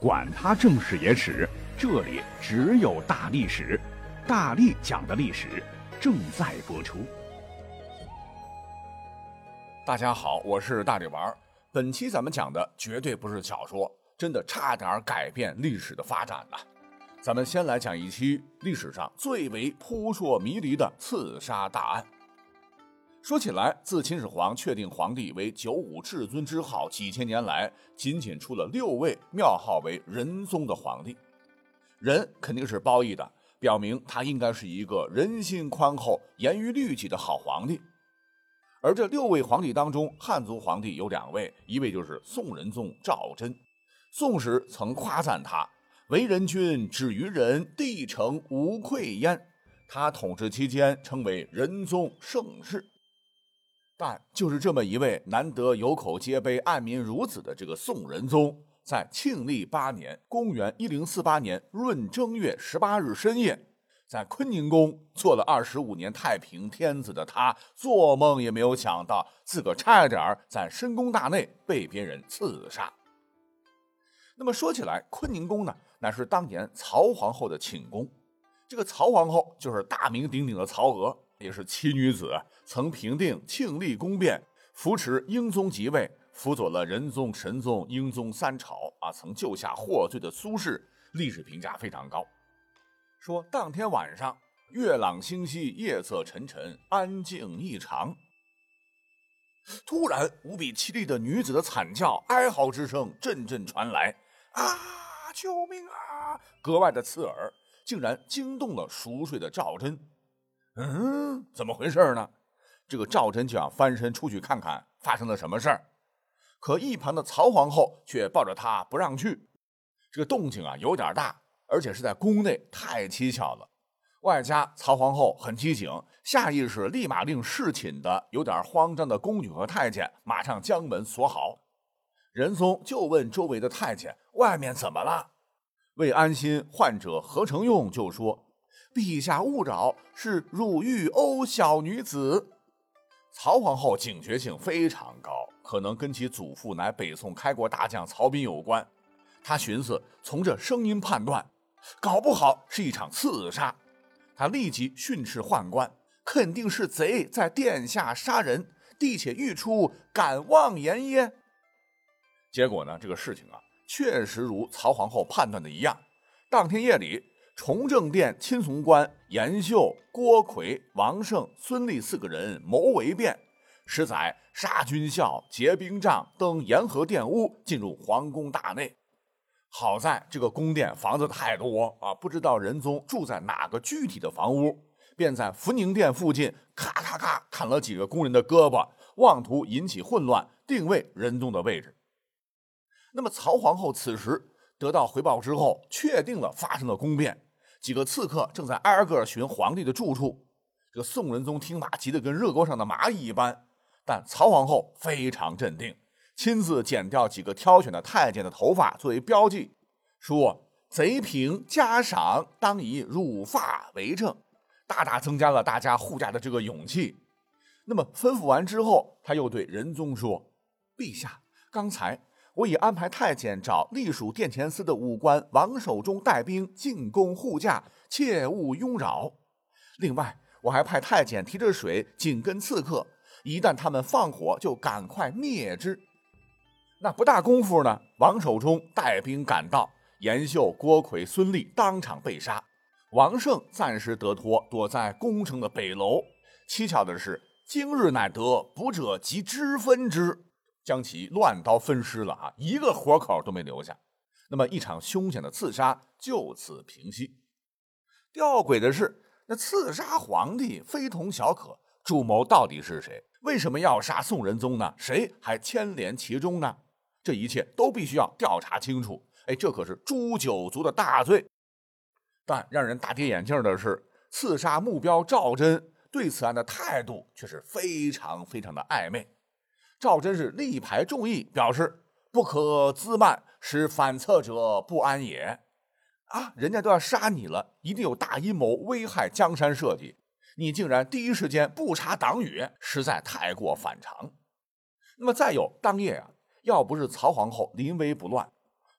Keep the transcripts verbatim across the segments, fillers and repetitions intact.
管他正史野史，这里只有大历史，大力讲的历史正在播出。 大家好，我是大力丸。本期咱们讲的绝对不是小说，真的差点改变历史的发展了。咱们先来讲一期历史上最为扑朔迷离的刺杀大案。说起来，自秦始皇确定皇帝为九五至尊之号几千年来，仅仅出了六位庙号为仁宗的皇帝。仁肯定是褒义的，表明他应该是一个人心宽厚、严于律己的好皇帝。而这六位皇帝当中，汉族皇帝有两位，一位就是宋仁宗赵祯。宋史曾夸赞他为人君，止于仁，帝诚无愧焉。他统治期间称为仁宗盛世。但就是这么一位难得有口皆碑、爱民如子的这个宋仁宗，在庆历八年公元一零四八年闰正月十八日深夜，在坤宁宫做了二十五年太平天子的他，做梦也没有想到自个差点在深宫大内被别人刺杀。那么说起来，坤宁宫呢，乃是当年曹皇后的寝宫。这个曹皇后就是大名鼎鼎的曹娥，也是奇女子，曾平定庆历宫变，扶持英宗即位，辅佐了仁宗、神宗、英宗三朝啊，曾救下获罪的苏轼，历史评价非常高。说当天晚上，月朗星稀，夜色沉沉，安静异常。突然，无比凄厉的女子的惨叫、哀嚎之声阵阵传来，啊，救命啊！格外的刺耳，竟然惊动了熟睡的赵祯。嗯，怎么回事呢？这个赵祯就想翻身出去看看发生了什么事儿，可一旁的曹皇后却抱着他不让去。这个动静啊有点大，而且是在宫内，太蹊跷了。外加曹皇后很机警，下意识立马令侍寝的有点慌张的宫女和太监马上将门锁好。仁宗就问周围的太监外面怎么了，为安心患者何承用就说陛下勿扰，是汝欲殴小女子。曹皇后警觉性非常高，可能跟其祖父乃北宋开国大将曹彬有关。他寻思从这声音判断，搞不好是一场刺杀。他立即训斥宦官，肯定是贼在殿下杀人，帝且欲出，敢妄言耶？结果呢，这个事情啊，确实如曹皇后判断的一样。当天夜里，崇政殿亲从官严秀、郭奎、王胜、孙立四个人谋为变，实载杀军校、劫兵帐，登沿河殿屋，进入皇宫大内。好在这个宫殿房子太多啊，不知道仁宗住在哪个具体的房屋，便在福宁殿附近咔咔咔砍了几个工人的胳膊，妄图引起混乱，定位仁宗的位置。那么曹皇后此时得到回报之后，确定了发生了宫变，几个刺客正在挨个寻皇帝的住处。这个宋仁宗听罢急得跟热锅上的蚂蚁一般，但曹皇后非常镇定，亲自剪掉几个挑选的太监的头发作为标记，说贼平加赏，当以乳发为证，大大增加了大家护驾的这个勇气。那么吩咐完之后，他又对仁宗说，陛下，刚才我已安排太监找隶属殿前司的武官王守忠带兵进宫护驾，切勿拥扰。另外我还派太监提着水紧跟刺客，一旦他们放火就赶快灭之。那不大功夫呢，王守忠带兵赶到，严秀、郭奎、孙立当场被杀，王胜暂时得脱，躲在宫城的北楼。蹊跷的是，今日乃得捕者及之分之，将其乱刀分尸了啊，一个活口都没留下。那么一场凶险的刺杀就此平息。吊诡的是，那刺杀皇帝非同小可，主谋到底是谁？为什么要杀宋仁宗呢？谁还牵连其中呢？这一切都必须要调查清楚。哎，这可是诛九族的大罪。但让人大跌眼镜的是，刺杀目标赵祯对此案的态度却是非常非常的暧昧。赵祯是力排众议，表示不可滋慢，使反侧者不安也。啊，人家都要杀你了，一定有大阴谋，危害江山社稷，你竟然第一时间不查党羽，实在太过反常。那么再有，当夜啊，要不是曹皇后临危不乱，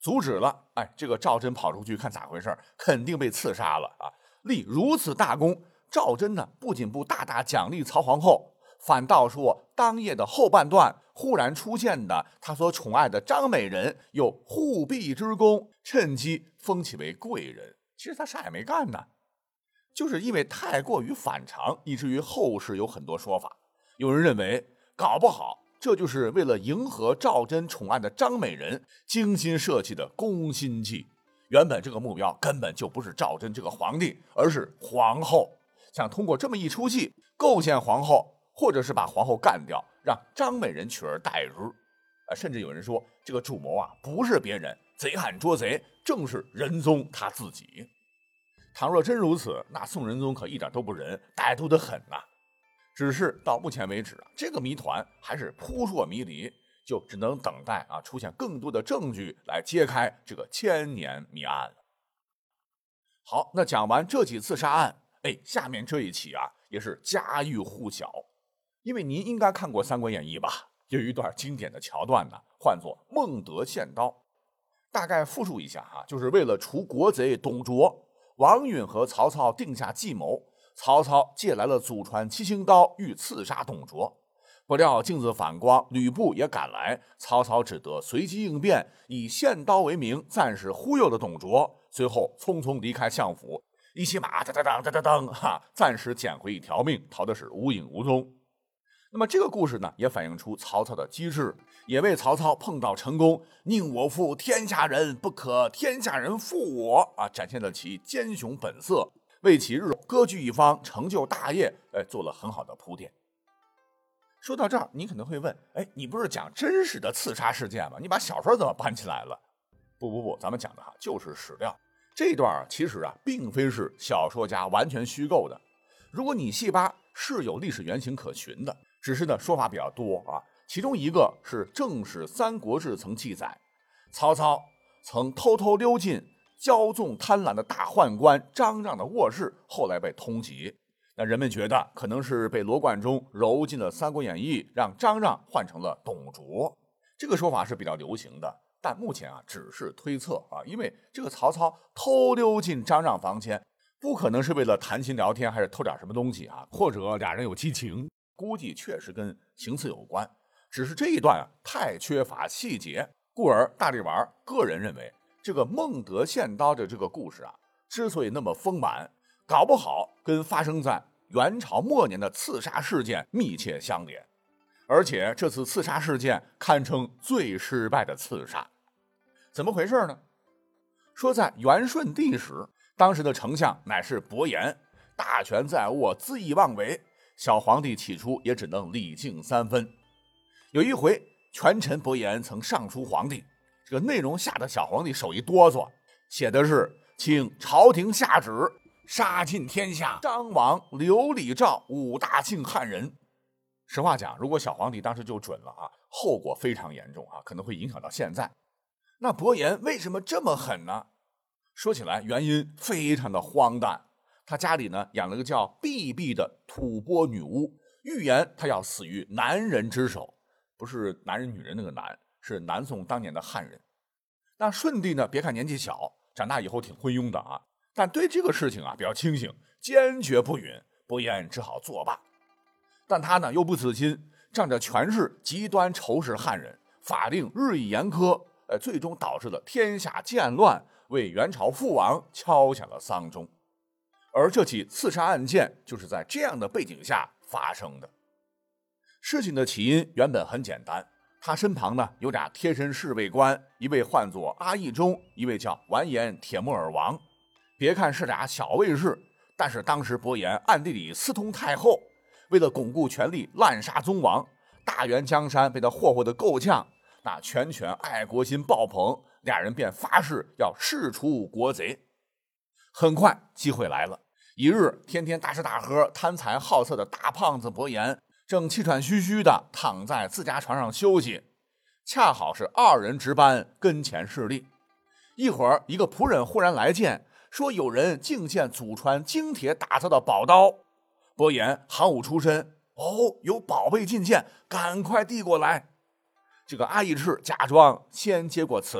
阻止了。哎，这个赵祯跑出去看咋回事，肯定被刺杀了啊！立如此大功，赵祯呢不仅不大大奖励曹皇后，反倒说当夜的后半段忽然出现的他所宠爱的张美人有护弼之功，趁机封其为贵人。其实他啥也没干呢，就是因为太过于反常，以至于后世有很多说法。有人认为搞不好这就是为了迎合赵祯宠爱的张美人精心设计的攻心计。原本这个目标根本就不是赵祯这个皇帝，而是皇后，想通过这么一出戏构陷皇后，或者是把皇后干掉，让张美人取而代之。呃，甚至有人说这个主谋啊不是别人，贼喊捉贼，正是仁宗他自己。倘若真如此，那宋仁宗可一点都不仁，歹毒得很呐、啊。只是到目前为止啊，这个谜团还是扑朔迷离，就只能等待啊出现更多的证据来揭开这个千年谜案了。好，那讲完这起刺杀案，哎，下面这一起啊也是家喻户晓，因为您应该看过《三国演义》吧？有一段经典的桥段呢，唤作孟德献刀。大概复述一下哈、啊，就是为了除国贼董卓，王允和曹操定下计谋，曹操借来了祖传七星刀，欲刺杀董卓。不料镜子反光，吕布也赶来，曹操只得随机应变，以献刀为名，暂时忽悠了董卓，随后匆匆离开相府，一骑马哒哒当哒哒当，哈，暂时捡回一条命，逃的是无影无踪。那么这个故事呢，也反映出曹操的机智，也为曹操碰到成功，宁我负天下人，不可天下人负我啊，展现了其奸雄本色，为其日后割据一方、成就大业，哎，做了很好的铺垫。说到这儿，你可能会问，哎，你不是讲真实的刺杀事件吗？你把小说怎么搬起来了？不不不，咱们讲的哈就是史料。这段其实啊，并非是小说家完全虚构的。如果你细扒，是有历史原型可循的。只是呢，说法比较多啊。其中一个是正史《三国志》曾记载，曹操曾偷偷溜进骄纵贪婪的大宦官张让的卧室，后来被通缉。那人们觉得可能是被罗贯中揉进了《三国演义》，让张让换成了董卓。这个说法是比较流行的，但目前啊只是推测啊，因为这个曹操偷溜进张让房间，不可能是为了谈心聊天，还是偷点什么东西啊，或者俩人有激情。估计确实跟行刺有关，只是这一段啊太缺乏细节，故而大力丸个人认为，这个孟德献刀的这个故事啊，之所以那么丰满，搞不好跟发生在元朝末年的刺杀事件密切相连，而且这次刺杀事件堪称最失败的刺杀。怎么回事呢？说在元顺帝时，当时的丞相乃是伯颜，大权在握，恣意妄为。小皇帝起初也只能礼敬三分。有一回，权臣伯颜曾上书皇帝，这个内容吓得小皇帝手一哆嗦，写的是请朝廷下旨杀尽天下张王刘李赵五大姓汉人。实话讲，如果小皇帝当时就准了啊，后果非常严重啊，可能会影响到现在。那伯颜为什么这么狠呢？说起来原因非常的荒诞。他家里呢养了个叫碧碧的吐蕃女巫，预言他要死于男人之手，不是男人女人那个男，是南宋当年的汉人。那顺帝呢，别看年纪小，长大以后挺昏庸的啊，但对这个事情啊比较清醒，坚决不允，伯颜只好作罢。但他呢又不死心，仗着权势极端仇视汉人，法令日益严苛，呃，最终导致了天下渐乱，为元朝覆亡敲响了丧钟。而这起刺杀案件就是在这样的背景下发生的。事情的起因原本很简单，他身旁呢有俩贴身侍卫官，一位唤作阿义忠，一位叫完颜铁木儿王。别看是俩小卫士，但是当时伯颜暗地里私通太后，为了巩固权力，滥杀宗王，大元江山被他霍霍得够呛，那权权爱国心爆棚，俩人便发誓要弑除国贼。很快机会来了，一日天天大吃大喝贪财好色的大胖子伯颜正气喘吁吁地躺在自家床上休息，恰好是二人值班跟前侍立。一会儿一个仆人忽然来见，说有人敬献祖传精铁打造的宝刀。伯颜行武出身，哦，有宝贝进献，赶快递过来。这个阿义赤假装先接过此刀，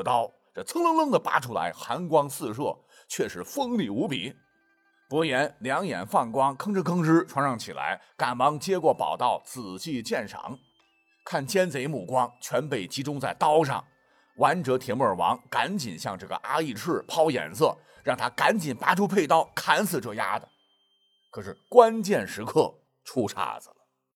这蹭楞楞的拔出来，寒光四射，却是锋利无比。伯颜两眼放光，吭哧吭哧穿上起来，赶忙接过宝刀，仔细鉴赏。看奸贼目光全被集中在刀上，顽者铁木儿王赶紧向这个阿义赤抛眼色，让他赶紧拔出佩刀砍死这丫的。可是关键时刻出岔子了。